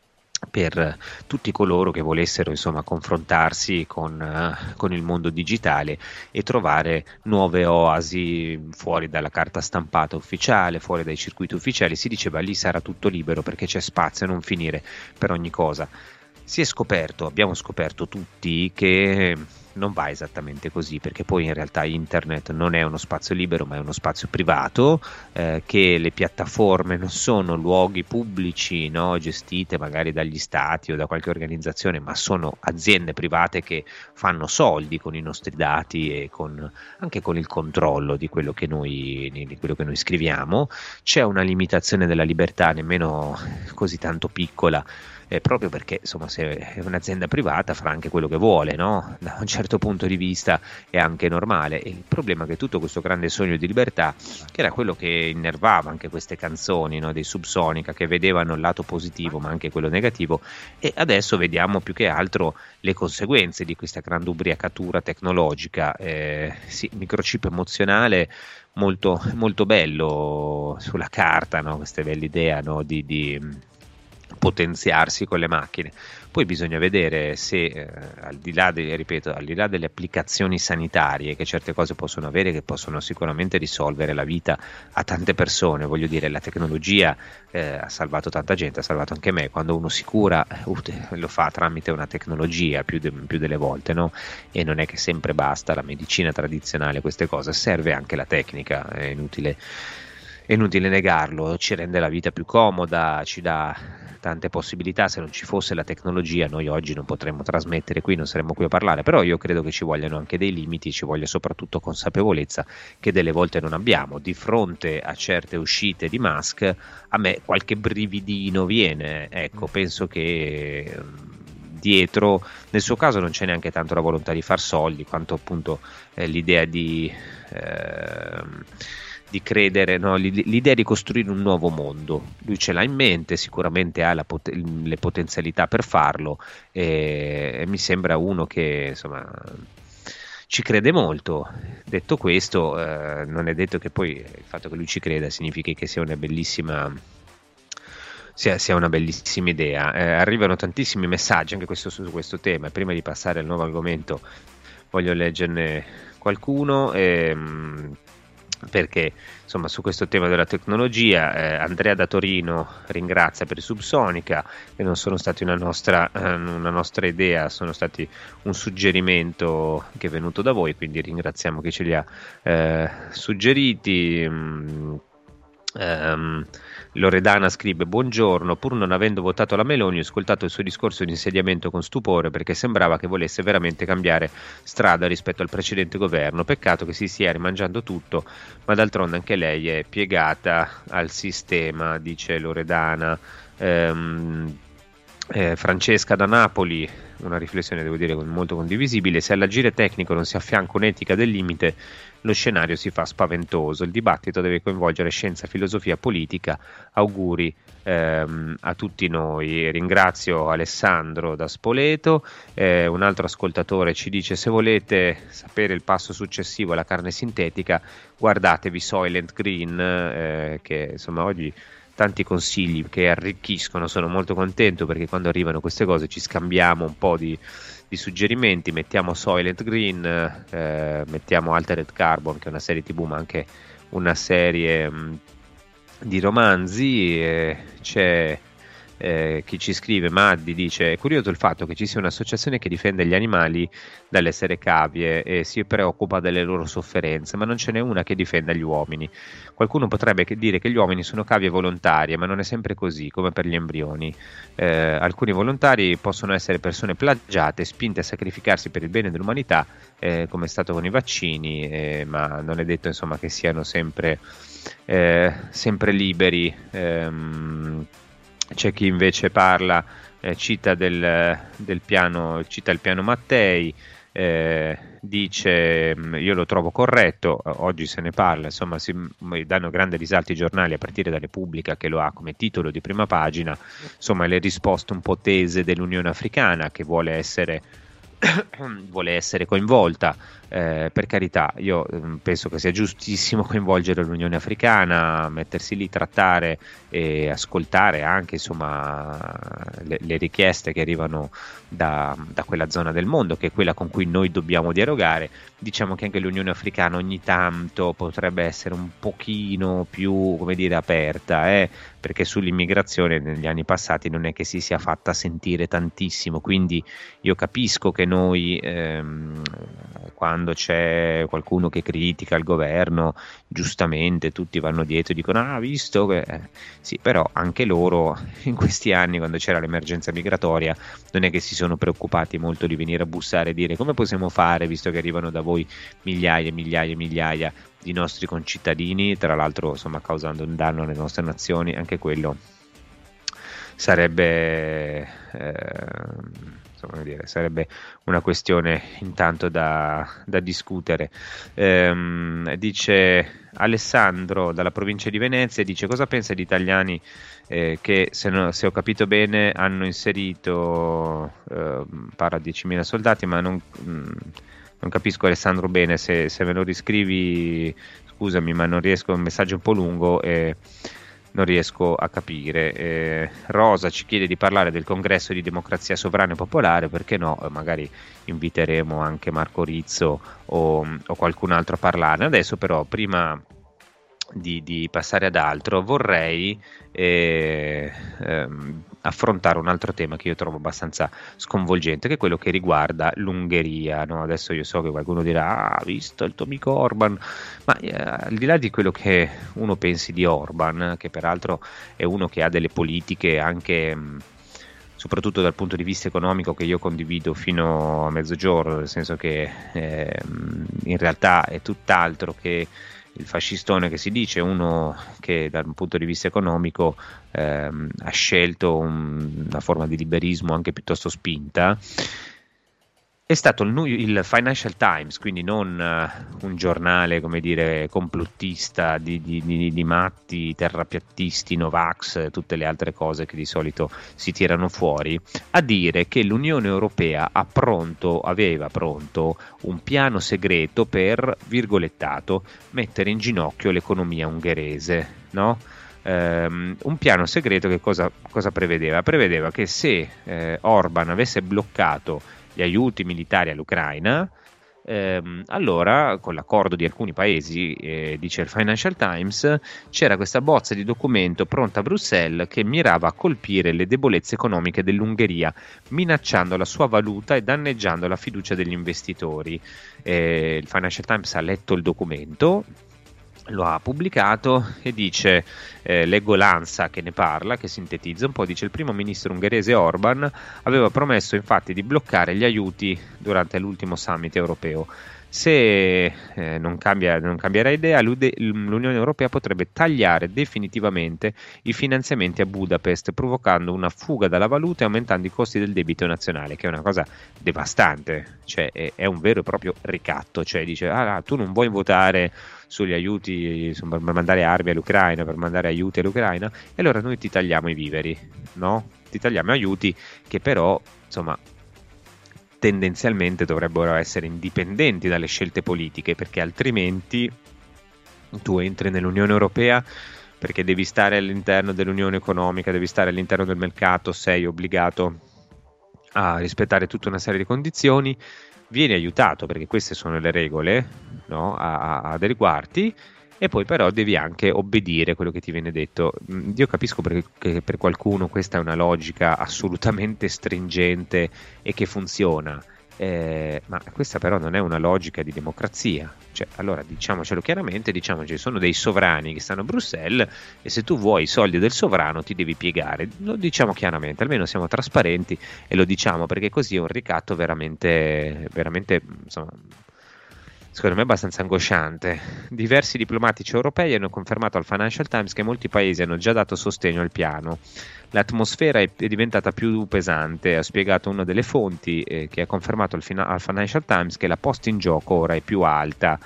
tutti coloro che volessero, insomma, confrontarsi con il mondo digitale e trovare nuove oasi fuori dalla carta stampata ufficiale, fuori dai circuiti ufficiali. Si diceva lì sarà tutto libero perché c'è spazio a non finire per ogni cosa. Abbiamo scoperto tutti che non va esattamente così, perché poi in realtà internet non è uno spazio libero, ma è uno spazio privato, che le piattaforme non sono luoghi pubblici, no, gestite magari dagli stati o da qualche organizzazione, ma sono aziende private che fanno soldi con i nostri dati e anche con il controllo di quello che noi scriviamo. C'è una limitazione della libertà nemmeno così tanto piccola, proprio perché, insomma, se è un'azienda privata fa anche quello che vuole, no? Da un certo punto di vista è anche normale. E il problema è che tutto questo grande sogno di libertà, che era quello che innervava anche queste canzoni, no, dei Subsonica, che vedevano il lato positivo ma anche quello negativo, e adesso vediamo più che altro le conseguenze di questa grande ubriacatura tecnologica. Microchip emozionale, molto, molto bello sulla carta, no? Questa bella idea, no, di potenziarsi con le macchine. Poi bisogna vedere se al di là delle applicazioni sanitarie che certe cose possono avere, che possono sicuramente risolvere la vita a tante persone, voglio dire, la tecnologia ha salvato tanta gente, ha salvato anche me. Quando uno si cura lo fa tramite una tecnologia più delle volte, no? E non è che sempre basta la medicina tradizionale, queste cose, serve anche la tecnica, è inutile negarlo, ci rende la vita più comoda, ci dà tante possibilità. Se non ci fosse la tecnologia noi oggi non potremmo trasmettere qui, non saremmo qui a parlare, però io credo che ci vogliano anche dei limiti, ci voglia soprattutto consapevolezza che delle volte non abbiamo. Di fronte a certe uscite di Musk a me qualche brividino viene, ecco, penso che dietro, nel suo caso, non c'è neanche tanto la volontà di far soldi quanto appunto l'idea di credere, no? L'idea di costruire un nuovo mondo. Lui ce l'ha in mente, sicuramente ha le potenzialità per farlo, e mi sembra uno che, insomma, ci crede molto. Detto questo, non è detto che poi il fatto che lui ci creda significhi che sia una bellissima idea. Arrivano tantissimi messaggi anche su questo tema, e prima di passare al nuovo argomento voglio leggerne qualcuno, perché, insomma, su questo tema della tecnologia Andrea da Torino ringrazia per i Subsonica, che non sono stati una nostra idea, sono stati un suggerimento che è venuto da voi, quindi ringraziamo chi ce li ha suggeriti. Loredana scrive: buongiorno, pur non avendo votato la Meloni ho ascoltato il suo discorso di insediamento con stupore, perché sembrava che volesse veramente cambiare strada rispetto al precedente governo. Peccato che si stia rimangiando tutto, ma d'altronde anche lei è piegata al sistema, dice Loredana. Francesca da Napoli, una riflessione devo dire molto condivisibile: se all'agire tecnico non si affianca un'etica del limite, lo scenario si fa spaventoso. Il dibattito deve coinvolgere scienza, filosofia, politica. Auguri a tutti noi. Ringrazio Alessandro da Spoleto. Un altro ascoltatore ci dice: se volete sapere il passo successivo alla carne sintetica, guardatevi Soylent Green, che insomma oggi tanti consigli che arricchiscono. Sono molto contento perché quando arrivano queste cose ci scambiamo un po' di suggerimenti. Mettiamo Soylent Green, mettiamo Altered Carbon, che è una serie TV ma anche una serie di romanzi. C'è chi ci scrive, Maddi, dice: è curioso il fatto che ci sia un'associazione che difende gli animali dall'essere cavie e si preoccupa delle loro sofferenze, ma non ce n'è una che difenda gli uomini. Qualcuno potrebbe dire che gli uomini sono cavie volontarie, ma non è sempre così, come per gli embrioni. Alcuni volontari possono essere persone plagiate, spinte a sacrificarsi per il bene dell'umanità, come è stato con i vaccini, ma non è detto insomma che siano sempre liberi. C'è chi invece parla, cita il piano Mattei, dice: io lo trovo corretto, oggi se ne parla, insomma si danno grande risalto i giornali, a partire da Repubblica che lo ha come titolo di prima pagina, insomma le risposte un po' tese dell'Unione Africana che vuole essere coinvolta. Per carità, io penso che sia giustissimo coinvolgere l'Unione Africana, mettersi lì, trattare e ascoltare anche insomma le richieste che arrivano da quella zona del mondo, che è quella con cui noi dobbiamo dialogare. Diciamo che anche l'Unione Africana ogni tanto potrebbe essere un pochino più, come dire, aperta, perché sull'immigrazione negli anni passati non è che si sia fatta sentire tantissimo, quindi io capisco che noi quando c'è qualcuno che critica il governo, giustamente tutti vanno dietro e dicono: visto che sì, però anche loro in questi anni, quando c'era l'emergenza migratoria, non è che si sono preoccupati molto di venire a bussare e dire: come possiamo fare, visto che arrivano da voi migliaia e migliaia e migliaia di nostri concittadini, tra l'altro insomma causando un danno alle nostre nazioni. Anche quello sarebbe sarebbe una questione intanto da discutere. Dice Alessandro dalla provincia di Venezia, dice: cosa pensa di italiani che se ho capito bene hanno inserito, parla 10.000 soldati, ma non capisco, Alessandro, bene, se me lo riscrivi scusami, ma non riesco, è un messaggio un po' lungo e non riesco a capire. Rosa ci chiede di parlare del congresso di democrazia sovrana e popolare, perché no, magari inviteremo anche Marco Rizzo o qualcun altro a parlarne. Adesso però, prima di passare ad altro, vorrei affrontare un altro tema che io trovo abbastanza sconvolgente, che è quello che riguarda l'Ungheria, no? Adesso io so che qualcuno dirà: visto il tuo amico Orban, ma al di là di quello che uno pensi di Orban, che peraltro è uno che ha delle politiche anche soprattutto dal punto di vista economico che io condivido fino a mezzogiorno, nel senso che in realtà è tutt'altro che il fascistone che si dice, uno che dal punto di vista economico ha scelto una forma di liberismo anche piuttosto spinta. È stato il Financial Times, quindi non un giornale, come dire, complottista di matti, terrapiattisti, Novax, tutte le altre cose che di solito si tirano fuori, a dire che l'Unione Europea aveva pronto un piano segreto per, virgolettato, mettere in ginocchio l'economia ungherese, no? Un piano segreto che cosa prevedeva? Prevedeva che se Orban avesse bloccato gli aiuti militari all'Ucraina, allora con l'accordo di alcuni paesi, dice il Financial Times, c'era questa bozza di documento pronta a Bruxelles che mirava a colpire le debolezze economiche dell'Ungheria, minacciando la sua valuta e danneggiando la fiducia degli investitori. Il Financial Times ha letto il documento lo ha pubblicato e dice, leggo l'ANSA che ne parla, che sintetizza un po', dice: il primo ministro ungherese Orban aveva promesso infatti di bloccare gli aiuti durante l'ultimo summit europeo. Se non cambierà idea, l'Unione Europea potrebbe tagliare definitivamente i finanziamenti a Budapest, provocando una fuga dalla valuta e aumentando i costi del debito nazionale, che è una cosa devastante, cioè è un vero e proprio ricatto, cioè dice: tu non vuoi votare sugli aiuti, insomma, per mandare armi all'Ucraina, per mandare aiuti all'Ucraina, e allora noi ti tagliamo i viveri, no? Ti tagliamo aiuti che però, insomma, tendenzialmente dovrebbero essere indipendenti dalle scelte politiche, perché altrimenti tu entri nell'Unione Europea perché devi stare all'interno dell'Unione Economica, devi stare all'interno del mercato, sei obbligato a rispettare tutta una serie di condizioni, vieni aiutato perché queste sono le regole, no? a adeguarti, e poi però devi anche obbedire a quello che ti viene detto. Io capisco perché per qualcuno questa è una logica assolutamente stringente e che funziona, ma questa però non è una logica di democrazia. Cioè, allora diciamocelo chiaramente, diciamoci, sono dei sovrani che stanno a Bruxelles e se tu vuoi i soldi del sovrano ti devi piegare, lo diciamo chiaramente, almeno siamo trasparenti e lo diciamo, perché così è un ricatto veramente, veramente, insomma, secondo me abbastanza angosciante. Diversi diplomatici europei hanno confermato al Financial Times che molti paesi hanno già dato sostegno al piano. L'atmosfera è diventata più pesante, ha spiegato una delle fonti che ha confermato al Financial Times che la posta in gioco ora è più alta.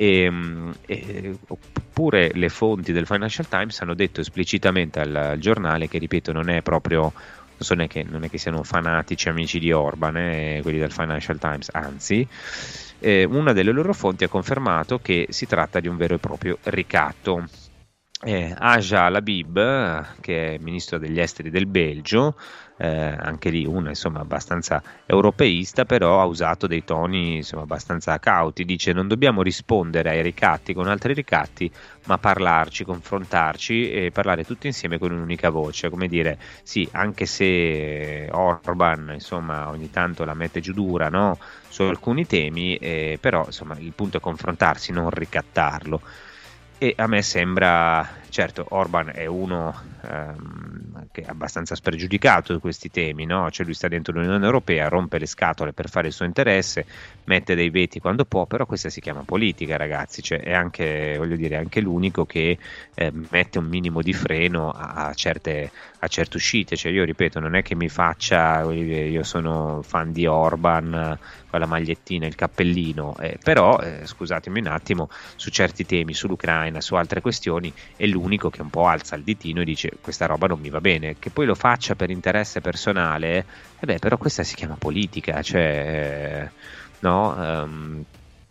Oppure le fonti del Financial Times hanno detto esplicitamente al giornale che, ripeto, non è proprio... non è che siano fanatici amici di Orban, quelli del Financial Times, anzi, una delle loro fonti ha confermato che si tratta di un vero e proprio ricatto. Aja Labib, che è ministro degli esteri del Belgio, anche lì una, insomma, abbastanza europeista, però ha usato dei toni, insomma, abbastanza cauti. Dice: non dobbiamo rispondere ai ricatti con altri ricatti, ma parlarci, confrontarci e parlare tutti insieme con un'unica voce. Come dire, sì, anche se Orban, insomma, ogni tanto la mette giù dura, no, su alcuni temi, però, insomma, il punto è confrontarsi, non ricattarlo. E a me sembra, certo, Orban è uno che è abbastanza spregiudicato di questi temi, no? Cioè lui sta dentro l'Unione Europea, rompe le scatole per fare il suo interesse, mette dei veti quando può, però questa si chiama politica, ragazzi, cioè è anche, voglio dire, anche l'unico che mette un minimo di freno a certe uscite. Cioè io ripeto, non è che mi faccia, io sono fan di Orban con la magliettina, il cappellino, però scusatemi un attimo, su certi temi, sull'Ucraina, su altre questioni, è l'unico che un po' alza il ditino e dice: questa roba non mi va bene. Che poi lo faccia per interesse personale, però questa si chiama politica, cioè no,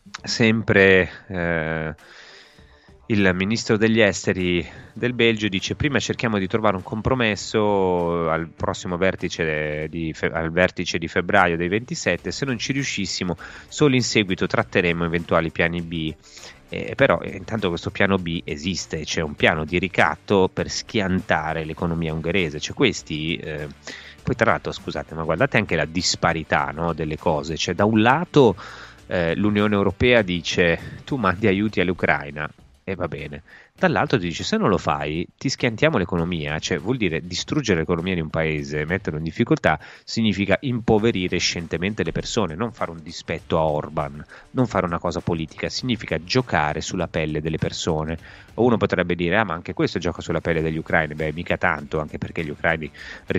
sempre il ministro degli esteri del Belgio dice: prima cerchiamo di trovare un compromesso al prossimo vertice al vertice di febbraio dei 27, se non ci riuscissimo solo in seguito tratteremo eventuali piani B. Però intanto questo piano B esiste, c'è un piano di ricatto per schiantare l'economia ungherese, cioè questi poi tra l'altro, scusate, ma guardate anche la disparità, no, delle cose, cioè da un lato l'Unione Europea dice: tu mandi aiuti all'Ucraina e va bene, dall'altro ti dice: se non lo fai ti schiantiamo l'economia. Cioè vuol dire distruggere l'economia di un paese, metterlo in difficoltà, significa impoverire scientemente le persone, non fare un dispetto a Orban, non fare una cosa politica, significa giocare sulla pelle delle persone. O uno potrebbe dire: ma anche questo gioca sulla pelle degli ucraini. Beh, mica tanto, anche perché gli ucraini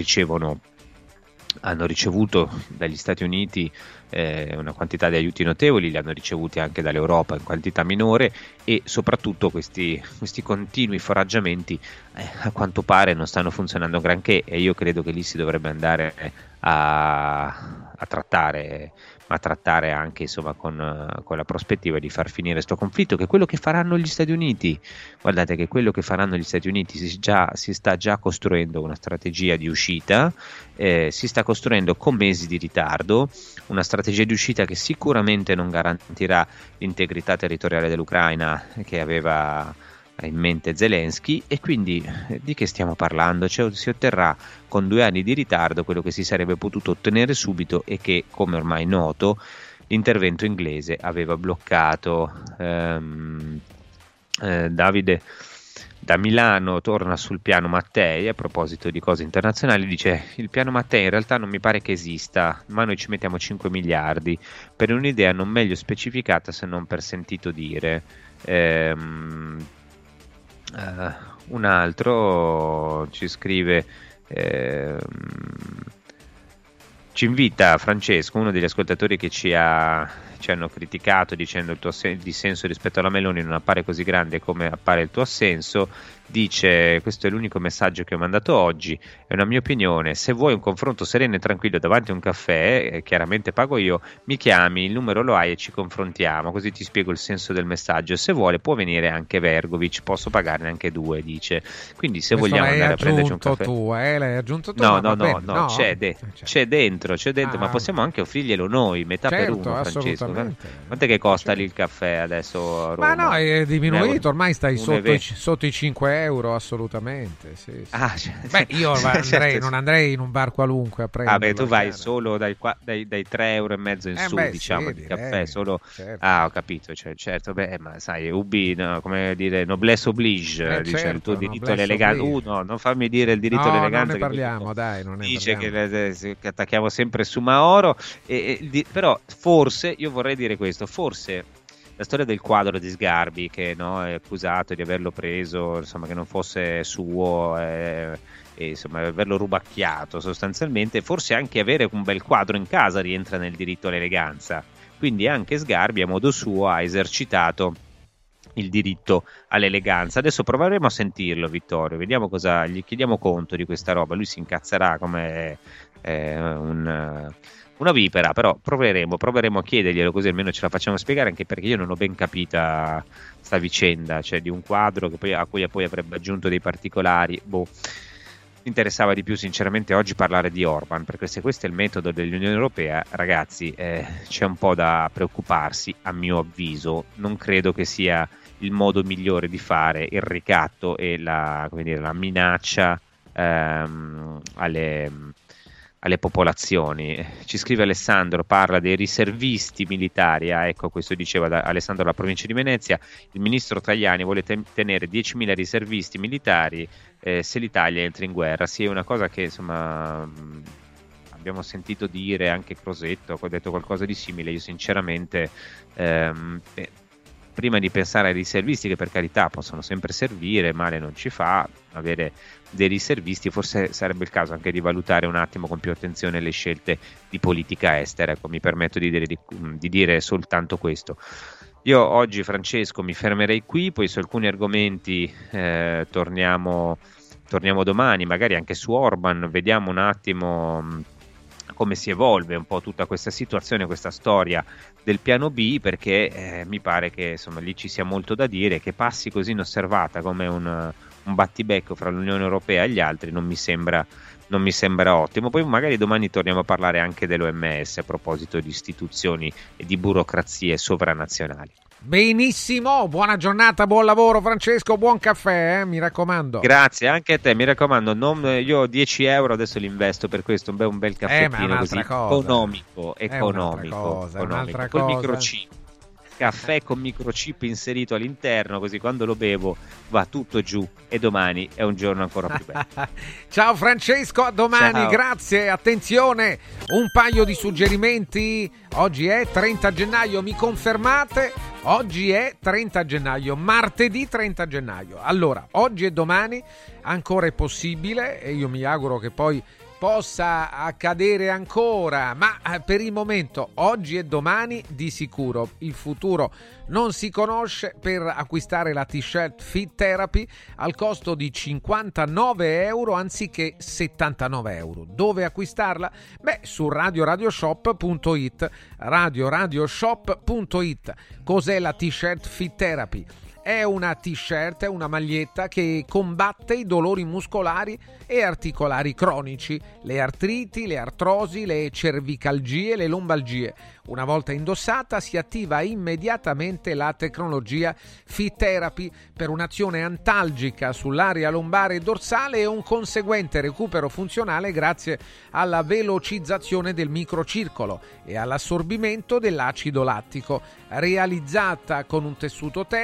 hanno ricevuto dagli Stati Uniti una quantità di aiuti notevoli, li hanno ricevuti anche dall'Europa in quantità minore, e soprattutto questi continui foraggiamenti a quanto pare non stanno funzionando granché, e io credo che lì si dovrebbe andare a trattare, ma trattare anche, insomma, con la prospettiva di far finire questo conflitto, che è quello che faranno gli Stati Uniti. Guardate che quello che faranno gli Stati Uniti, si sta già costruendo una strategia di uscita, si sta costruendo con mesi di ritardo, una strategia di uscita che sicuramente non garantirà l'integrità territoriale dell'Ucraina che aveva in mente Zelensky, e quindi di che stiamo parlando? Cioè, si otterrà con 2 anni di ritardo quello che si sarebbe potuto ottenere subito e che, come ormai noto, l'intervento inglese aveva bloccato Davide da Milano torna sul piano Mattei a proposito di cose internazionali, dice: il piano Mattei in realtà non mi pare che esista, ma noi ci mettiamo 5 miliardi per un'idea non meglio specificata se non per sentito dire. Un altro ci scrive, ci invita Francesco, uno degli ascoltatori che ci hanno criticato dicendo il tuo dissenso rispetto alla Meloni non appare così grande come appare il tuo assenso, dice: questo è l'unico messaggio che ho mandato oggi, è una mia opinione, se vuoi un confronto sereno e tranquillo davanti a un caffè, chiaramente pago io, mi chiami, il numero lo hai e ci confrontiamo, così ti spiego il senso del messaggio, se vuole può venire anche Vergovic, posso pagarne anche 2, dice. Quindi se questo vogliamo andare a prenderci un caffè l'hai aggiunto tu? No, c'è dentro, ma possiamo anche offrirglielo noi, metà per uno, Francesco. Quant'è che costa lì il caffè adesso a Roma? Ma no, è diminuito, ormai stai sotto i 5 euro, assolutamente. Sì. Beh, io non andrei in un bar qualunque a prendere. Tu vai solo dai 3,5 euro in su, diciamo, di caffè. Solo. Certo. Ho capito, certo. Ma sai, ubi, no, come dire, noblesse oblige, dice, certo, il tuo diritto all'eleganza. No, non farmi dire il diritto all'eleganza. Non ne parliamo, dice che attacchiamo sempre su Maoro. Però forse, io vorrei dire questo, forse la storia del quadro di Sgarbi, che è accusato di averlo preso, insomma, che non fosse suo, e insomma averlo rubacchiato sostanzialmente, forse anche avere un bel quadro in casa rientra nel diritto all'eleganza, quindi anche Sgarbi a modo suo ha esercitato il diritto all'eleganza. Adesso proveremo a sentirlo, Vittorio, vediamo cosa gli chiediamo conto di questa roba, lui si incazzerà come una vipera, però proveremo a chiederglielo, così almeno ce la facciamo spiegare, anche perché io non ho ben capita sta vicenda, cioè di un quadro a cui poi avrebbe aggiunto dei particolari. Mi interessava di più sinceramente oggi parlare di Orban, perché se questo è il metodo dell'Unione Europea, ragazzi, c'è un po' da preoccuparsi, a mio avviso. Non credo che sia il modo migliore di fare il ricatto e la minaccia alle popolazioni. Ci scrive Alessandro, parla dei riservisti militari. Ecco, questo diceva Alessandro dalla provincia di Venezia: il ministro Tajani vuole tenere 10.000 riservisti militari se l'Italia entra in guerra. Sì, è una cosa che insomma abbiamo sentito dire anche Crosetto, ha detto qualcosa di simile. Io sinceramente prima di pensare ai riservisti, che per carità possono sempre servire, male non ci fa avere dei riservisti, forse sarebbe il caso anche di valutare un attimo con più attenzione le scelte di politica estera. Ecco, mi permetto di dire soltanto questo. Io oggi, Francesco, mi fermerei qui, poi su alcuni argomenti torniamo domani, magari anche su Orban, vediamo un attimo come si evolve un po' tutta questa situazione, questa storia del piano B, perché mi pare che insomma lì ci sia molto da dire, che passi così inosservata come un battibecco fra l'Unione Europea e gli altri non mi sembra ottimo. Poi magari domani torniamo a parlare anche dell'OMS a proposito di istituzioni e di burocrazie sovranazionali. Benissimo, buona giornata, buon lavoro Francesco, buon caffè, mi raccomando. Grazie, anche a te, mi raccomando, io 10 euro adesso li investo per questo, un bel caffettino così, economico, col microchip. Caffè con microchip inserito all'interno, così quando lo bevo va tutto giù e domani è un giorno ancora più bello. Ciao Francesco, a domani. Ciao. Grazie, attenzione, un paio di suggerimenti. Oggi è 30 gennaio, mi confermate? Oggi è 30 gennaio, martedì 30 gennaio. Allora, oggi e domani ancora è possibile, e io mi auguro che poi possa accadere ancora, ma per il momento oggi e domani di sicuro. Il futuro non si conosce. Per acquistare la t-shirt Fit Therapy al costo di 59 euro anziché 79 euro. Dove acquistarla? Su radioradioshop.it. radioradioshop.it. Cos'è la t-shirt Fit Therapy? È una t-shirt, è una maglietta che combatte i dolori muscolari e articolari cronici, le artriti, le artrosi, le cervicalgie, le lombalgie. Una volta indossata si attiva immediatamente la tecnologia Fit Therapy per un'azione antalgica sull'area lombare e dorsale e un conseguente recupero funzionale grazie alla velocizzazione del microcircolo e all'assorbimento dell'acido lattico. Realizzata con un tessuto termico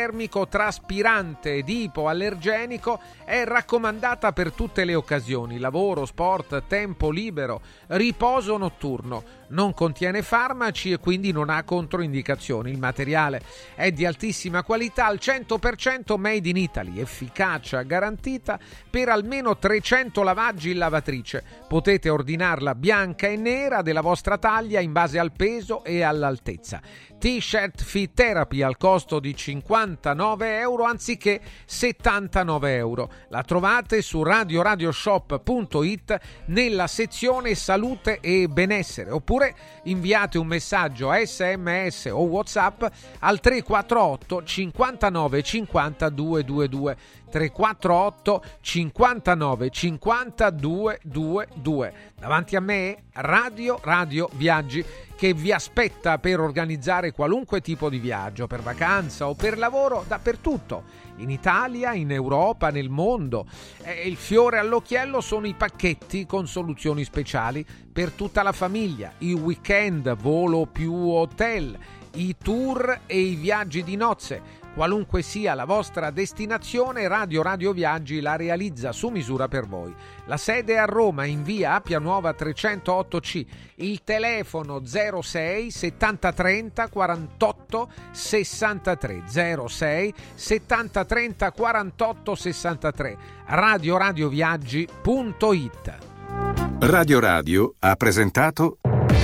antibiotraspirante ed ipoallergenico, è raccomandata per tutte le occasioni: lavoro, sport, tempo libero, riposo notturno. Non contiene farmaci e quindi non ha controindicazioni. Il materiale è di altissima qualità, al 100% made in Italy, efficacia garantita per almeno 300 lavaggi in lavatrice. Potete ordinarla bianca e nera della vostra taglia in base al peso e all'altezza. T-shirt Fit Therapy al costo di €59 anziché €79. La trovate su radioradioshop.it nella sezione salute e benessere, oppure inviate un messaggio SMS o WhatsApp al 348 59 50 222. 348 59 50 222. Davanti a me Radio Viaggi, che vi aspetta per organizzare qualunque tipo di viaggio, per vacanza o per lavoro, dappertutto, in Italia, in Europa, nel mondo. Il fiore all'occhiello sono i pacchetti con soluzioni speciali per tutta la famiglia, i weekend, volo più hotel, i tour e i viaggi di nozze. Qualunque sia la vostra destinazione, Radio Viaggi la realizza su misura per voi. La sede è a Roma, in via Appia Nuova 308C. Il telefono 06 70 30 48 63 06 70 30 48 63. radioviaggi.it. Radio ha presentato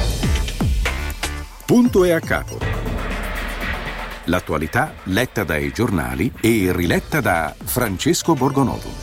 Punto e a capo. L'attualità letta dai giornali e riletta da Francesco Borgonovo.